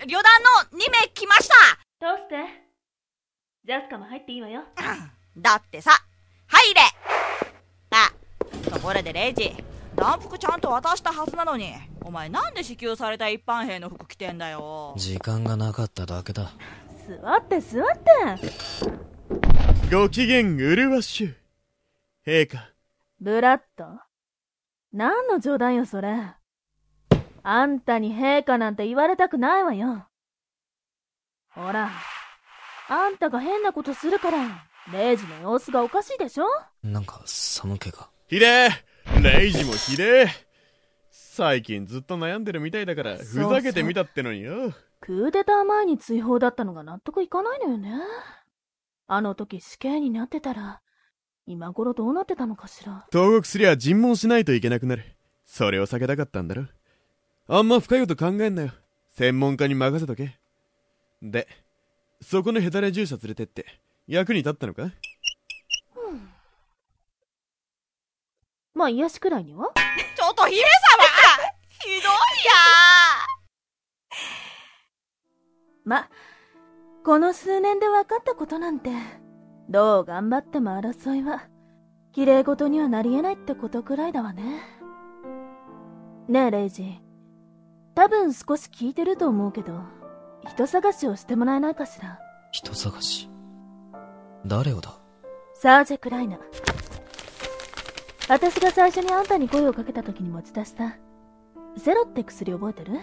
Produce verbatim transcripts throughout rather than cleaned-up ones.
旅団のにめい来ました。 どうして？ジャスカも入っていいわよ。 だってさ、入れ。あ、ところでレイジ、団服ちゃんと渡したはずなのに、お前なんで支給された一般兵の服着てんだよ。 時間がなかっただけだ。 座って座って。 ご機嫌うるわしゅ陛下。 ブラッド、何の冗談よそれ。あんたに陛下なんて言われたくないわよ。ほら、あんたが変なことするからレイジの様子がおかしいでしょ。 なんか寒気が。 ひでえ、レイジもひでえ。最近ずっと悩んでるみたいだからふざけてみたってのによ。そうそう、 クーデター前に追放だったのが納得いかないのよね。あの時死刑になってたら今頃どうなってたのかしら。 投獄すりゃ尋問しないといけなくなる。それを避けたかったんだろ。あんま深いこと考えんなよ。専門家に任せとけ。で、そこのヘタレ従者連れてって役に立ったのか？ まあ癒しくらいには。 ちょっと姫様ひどいや。 ま、この数年で分かったことなんて、どう頑張っても争いは綺麗事にはなり得ないってことくらいだわね。ねえレイジ、多分少し聞いてると思うけど、人探しをしてもらえないかしら。 人探し？誰をだ？ サージェ・クライナ。私が最初にあんたに声をかけた時に持ち出したゼロって薬覚えてる？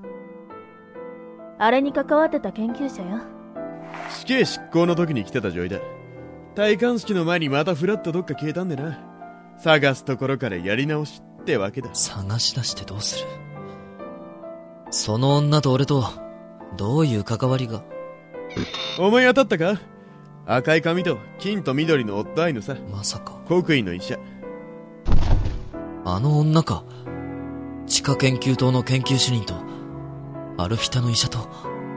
あれに関わってた研究者よ。 死刑執行の時に来てた女医だ。戴冠式の前にまたフラッとどっか消えたんでな。探すところからやり直しってわけだ。 探し出してどうする？その女と俺とどういう関わりが？ 思い当たったか？赤い髪と金と緑のオットアイのさ。 まさか国医の医者。 あの女か。地下研究棟の研究主任とアルフィタの医者と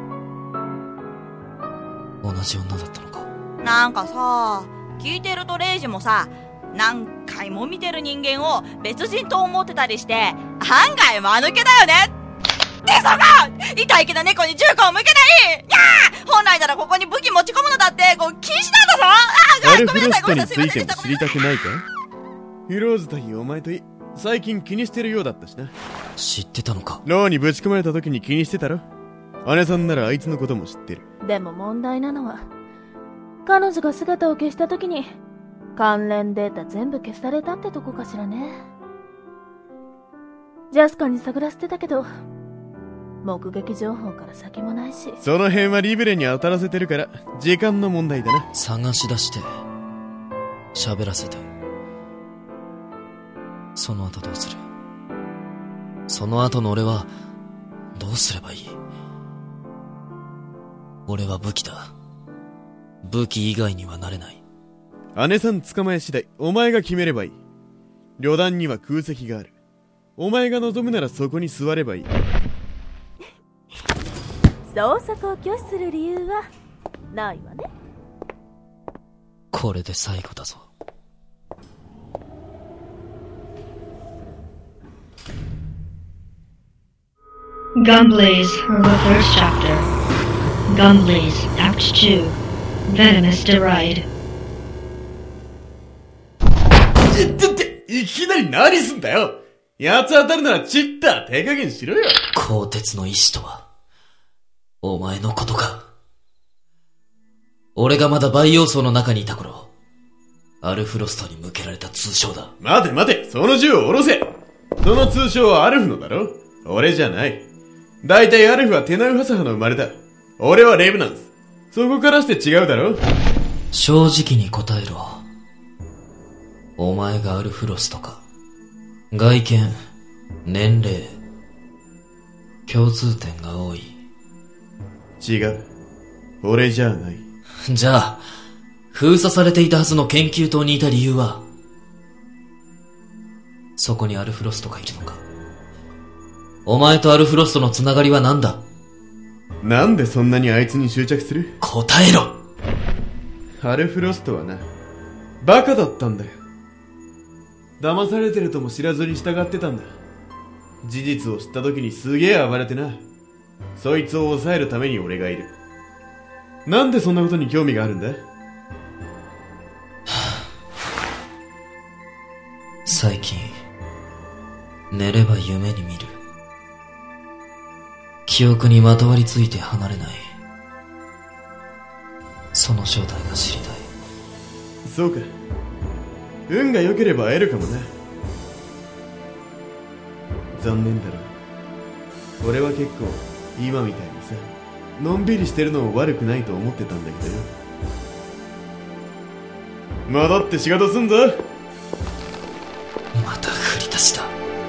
同じ女だったのか。 なんかさ、聞いてるとレイジもさ、何回も見てる人間を別人と思ってたりして、案外間抜けだよね。でそが痛いけど猫に銃口を向けない。にゃー、本来ならここに武器持ち込むのだってこう禁止なんだぞ。あアルフロストについても知りたくないか？フローズといいお前といい、最近気にしてるようだったしな。 知ってたのか？ 牢にぶち込まれた時に気にしてたろ。姉さんならあいつのことも知ってる。 でも問題なのは、彼女が姿を消した時に関連データ全部消されたってとこかしらね。ジャスカに探らせてたけど目撃情報から先もないし。 その辺はリベレに当たらせてるから時間の問題だな。 探し出して喋らせて、その後どうする？その後の俺はどうすればいい？俺は武器だ。武器以外にはなれない。 姉さん捕まえ次第お前が決めればいい。旅団には空席がある。お前が望むならそこに座ればいい。 捜索を拒否する理由はないわね。 これで最後だぞ。 Gunblaze from the first chapter. Gunblaze Act two. Venomous Deride. ちょっていきなり何すんだよ。奴当たるならチッター手加減しろよ。 鋼鉄の意志とはお前のことか。俺がまだ培養層の中にいた頃、アルフロストに向けられた通称だ。 待て待て、その銃を下ろせ。その通称はアルフのだろ。俺じゃない。だいたいアルフはテナウハサハの生まれだ。俺はレブナンス。そこからして違うだろ。 正直に答えろ。お前がアルフロストか。外見、年齢、共通点が多い。 違う。俺じゃない。 じゃあ、封鎖されていたはずの研究棟にいた理由は？そこにアルフロストがいるのか。お前とアルフロストのつながりは何だ？ なんでそんなにあいつに執着する？ 答えろ！ アルフロストはな、バカだったんだよ。騙されてるとも知らずに従ってたんだ。事実を知った時にすげえ暴れてな。 そいつを抑えるために俺がいる。なんでそんなことに興味があるんだ？ 最近寝れば夢に見る。記憶にまとわりついて離れない。その正体が知りたい。 そうか。運が良ければ会えるかもな。残念だろ。俺は結構今みたいにさ、のんびりしてるのも悪くないと思ってたんだけどよ。戻って仕事すんぞ。 また振り出しだ。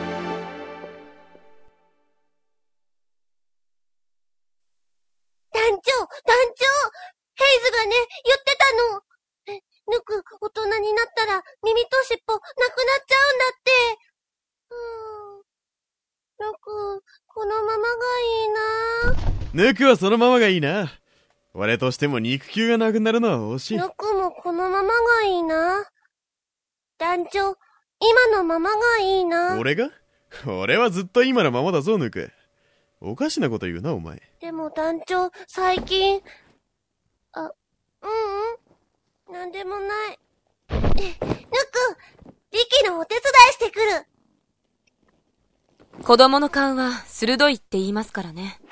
団長、団長、ヘイズがね、言ってたの。え、ぬく、大人になったら耳と尻尾なくなっちゃうんだって。うーん。ぬく、このままがいいな。 ぬくはそのままがいいな。俺としても肉球がなくなるのは惜しい。 ぬくもこのままがいいな。団長、今のままがいいな。 俺が？俺はずっと今のままだぞ、ぬく。おかしなこと言うな、お前。 でも団長、最近、あ、ううん、なんでもない。え、ぬく、リキのお手伝いしてくる。 子供の勘は鋭いって言いますからね。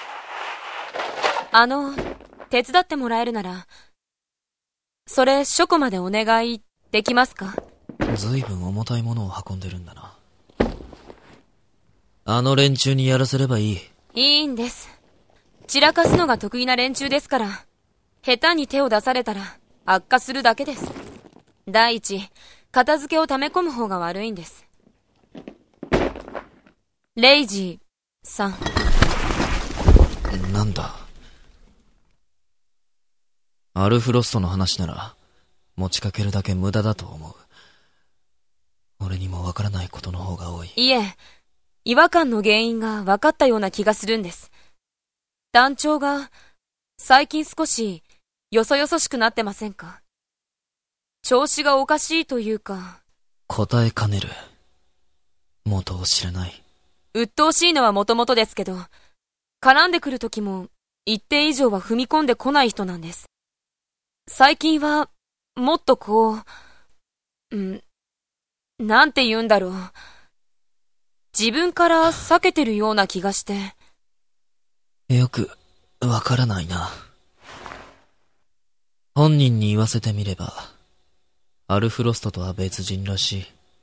あの、手伝ってもらえるなら、それ書庫までお願いできますか？ ずいぶん重たいものを運んでるんだな。あの連中にやらせればいい。 いいんです。散らかすのが得意な連中ですから、下手に手を出されたら悪化するだけです。第一、片付けを溜め込む方が悪いんです。レイジさん。 なんだ。アルフロストの話なら持ちかけるだけ無駄だと思う。俺にもわからないことの方が多い。 いえ、違和感の原因が分かったような気がするんです。団長が最近少しよそよそしくなってませんか？調子がおかしいというか。 答えかねる。元を知らない。 鬱陶しいのはもともとですけど、絡んでくる時も一定以上は踏み込んでこない人なんです。最近はもっとこう、ん、なんて言うんだろう。自分から避けてるような気がして。 よくわからないな。本人に言わせてみれば、アルフロストとは別人らしい。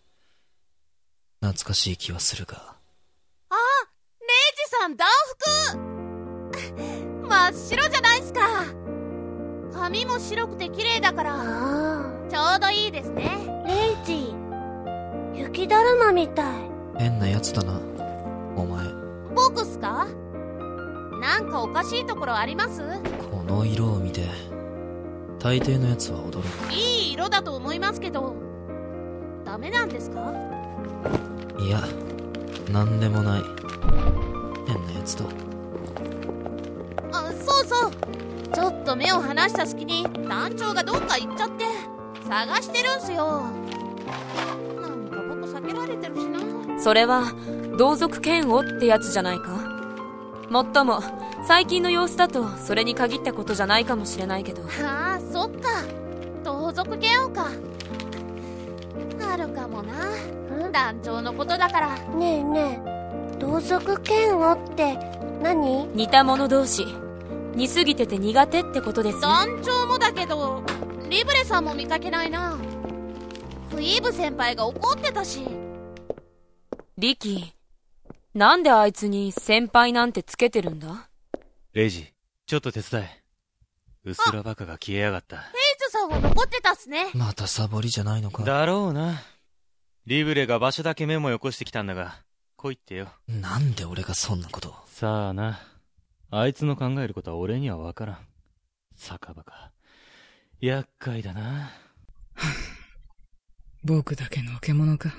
懐かしい気はするが。 あ、レイジさん、ダウ服真っ白じゃないっすか。髪も白くて綺麗だから、ちょうどいいですね。 レイジ、雪だるまみたい。 変なやつだな、お前。 僕っすか？なんかおかしいところあります？ この色を見て、大抵のやつは驚く。 いい色だと思いますけど、ダメなんですか？ いや、なんでもない。変なやつと。 あ、そうそう。ちょっと目を離した隙に団長がどっか行っちゃって探してるんすよ。なんか僕避けられてるしな。 それは同族嫌悪ってやつじゃないか。もっとも最近の様子だとそれに限ったことじゃないかもしれないけど。 ああ、そっか。同族嫌悪か。あるかもな。団長のことだから。 ねえねえ、同族嫌悪って何？ 似た者同士、似すぎてて苦手ってことですね。 団長もだけど、リブレさんも見かけないな。フイーブ先輩が怒ってたし。 リキ、なんであいつに先輩なんてつけてるんだ？ レイジ、ちょっと手伝え。うすらバカが消えやがった。 ヘイズさんは残ってたっすね。 またサボりじゃないのか。 だろうな。リブレが場所だけメモよこしてきたんだが、来いってよ。 なんで俺がそんなことを。 さあな。あいつの考えることは俺にはわからん。酒場か。厄介だな。 僕だけの獣か。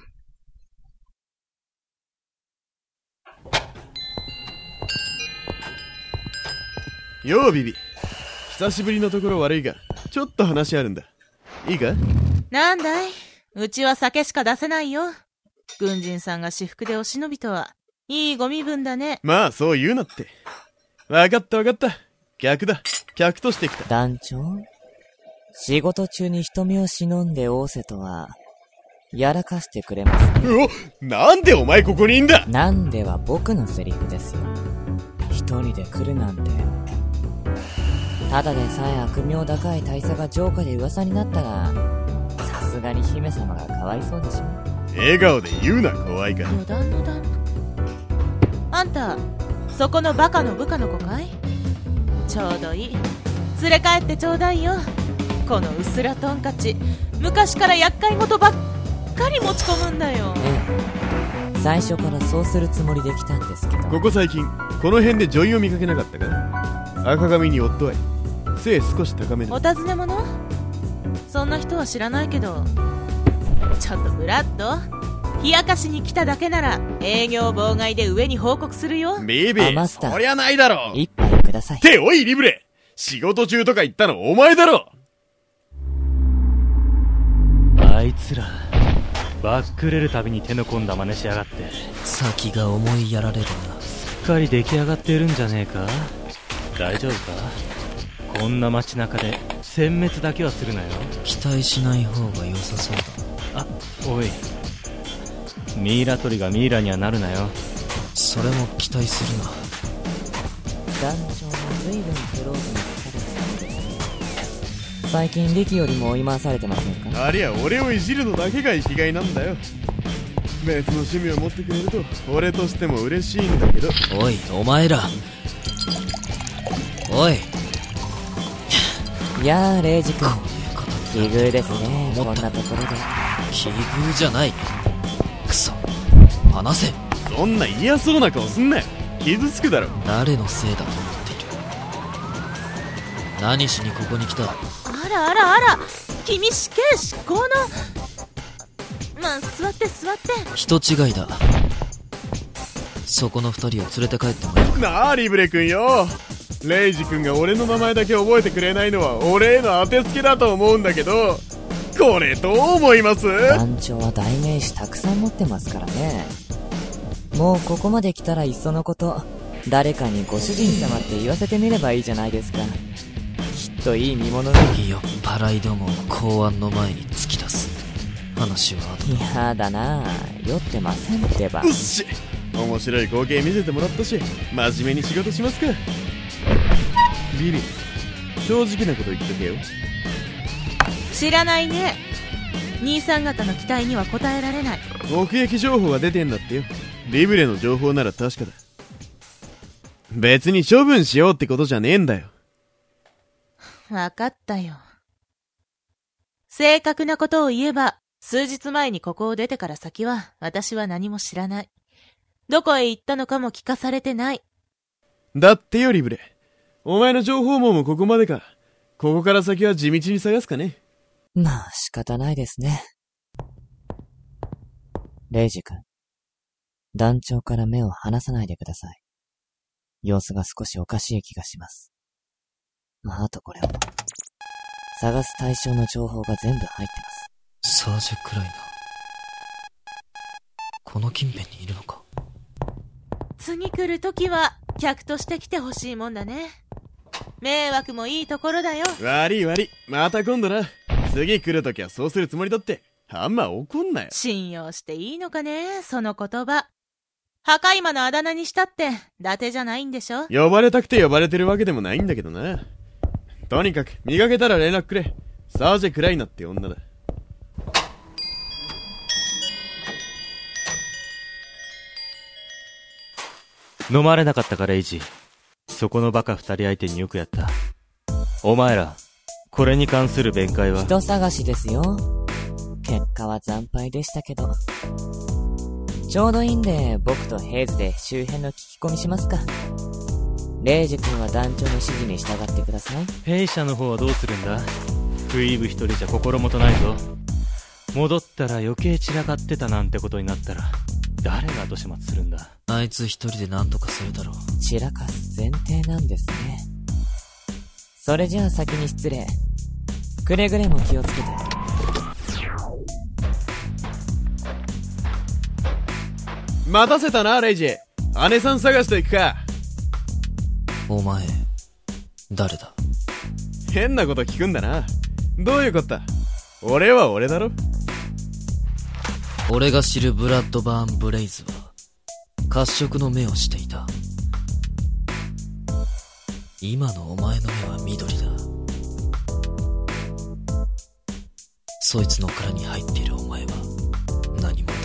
ようビビ、久しぶりのところ悪いがちょっと話あるんだ。いいか？ なんだい、うちは酒しか出せないよ。軍人さんが私服でお忍びとはいいご身分だね。 まあそう言うなって。 わかったわかった。客だ。客として来た。 団長？仕事中に人目を忍んで仰せとは、やらかしてくれますね。 うお、なんでお前ここにいんだ。 なんでは僕のセリフですよ。一人で来るなんて。ただでさえ悪名高い大佐が城下で噂になったら、さすがに姫様がかわいそうでしょ。 笑顔で言うな、怖いから。 余談の談。あんた、そこのバカの部下の子かい？ちょうどいい。連れ帰ってちょうだいよ。このうすらトンカチ、昔から厄介事ばっかり持ち込むんだよ。 ええ、最初からそうするつもりで来たんですけど。 ここ最近この辺で女医を見かけなかったか？赤髪に夫愛、背少し高めの。 お尋ね者？そんな人は知らないけど、ちょっとブラッド、冷やかしに来ただけなら営業妨害で上に報告するよ。 ビビ、そりゃないだろ。 一杯ください。 っておいリブレ、仕事中とか言ったのお前だろ。 あいつらバックれるたびに手の込んだ真似しやがって。 先が思いやられるな。 すっかり出来上がってるんじゃねえか。大丈夫か？こんな街中で殲滅だけはするなよ。 期待しない方が良さそうだ。 あ、おい、ミイラ取りがミイラにはなるなよ。 それも期待するな。 団長も随分クローズに疲れてたんですね。最近力よりも追い回されてませんか？ ありゃ俺をいじるのだけが生きがいなんだよ。別の趣味を持ってくれると俺としても嬉しいんだけど。 おいお前ら、おい。 いやーレイジ君、奇遇ですね。こんなところで。 奇遇じゃない。クソ、話せ。 そんな嫌そうな顔すんなよ。傷つくだろ。 誰のせいだと思っている。何しにここに来た？ あらあらあら、君死刑執行の。まあ座って座って。 人違いだ。そこの二人を連れて帰ってもらう。 なあリブレ君よ、レイジ君が俺の名前だけ覚えてくれないのは俺への当てつけだと思うんだけど、これどう思います？ 団長は代名詞たくさん持ってますからね。もうここまで来たらいっそのこと誰かにご主人様って言わせてみればいいじゃないですか。きっといい見物が。 酔っ払いどもを公安の前に突き出す話は後だ。 やだなぁ、酔ってませんってば。 うっし、面白い光景見せてもらったし真面目に仕事しますか。ビビ、正直なこと言っとけよ。 知らないね。兄さん方の期待には応えられない。 目撃情報が出てんだってよ。リブレの情報なら確かだ。別に処分しようってことじゃねえんだよ。 わかったよ。正確なことを言えば、数日前にここを出てから先は私は何も知らない。どこへ行ったのかも聞かされてない。 だってよリブレ、お前の情報網もここまでか。ここから先は地道に探すかね。 まあ仕方ないですね。レイジ君、団長から目を離さないでください。様子が少しおかしい気がします。まああとこれを探す対象の情報が全部入ってます。 サージェ・クライナー、この近辺にいるのか。 次来るときは客として来てほしいもんだね。迷惑もいいところだよ。 悪い悪い、また今度な。次来るときはそうするつもりだって。あんま怒んなよ。 信用していいのかね、その言葉。破壊魔のあだ名にしたって伊達じゃないんでしょ。 呼ばれたくて呼ばれてるわけでもないんだけどな。とにかく見かけたら連絡くれ。サージェ・クライナって女だ。 飲まれなかったかレイジ。そこのバカ二人相手によくやった。お前らこれに関する弁解は？ 人探しですよ。結果は惨敗でしたけど、ちょうどいいんで僕とヘイズで周辺の聞き込みしますか。レイジ君は団長の指示に従ってください。 弊社の方はどうするんだ？クイーブ一人じゃ心もとないぞ。戻ったら余計散らかってたなんてことになったら誰が後始末するんだ。 あいつ一人で何とかするだろう。 散らかす前提なんですね。それじゃあ先に失礼。くれぐれも気をつけて。 待たせたなレイジ。姉さん探していくか。 お前、誰だ？ 変なこと聞くんだな。どういうこった？俺は俺だろ。 俺が知るブラッドバーン・ブレイズは褐色の目をしていた。今のお前の目は緑だ。そいつの殻に入っているお前は何者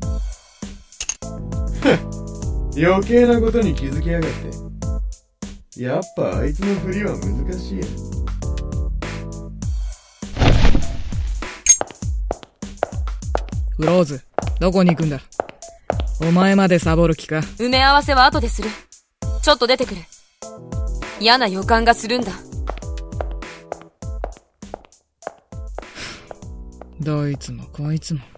だ？余計なことに気づきやがって。やっぱあいつの振りは難しいや。 フローズ、どこに行くんだ？お前までサボる気か？ 埋め合わせは後でする。ちょっと出てくる。嫌な予感がするんだ。 どいつもこいつも。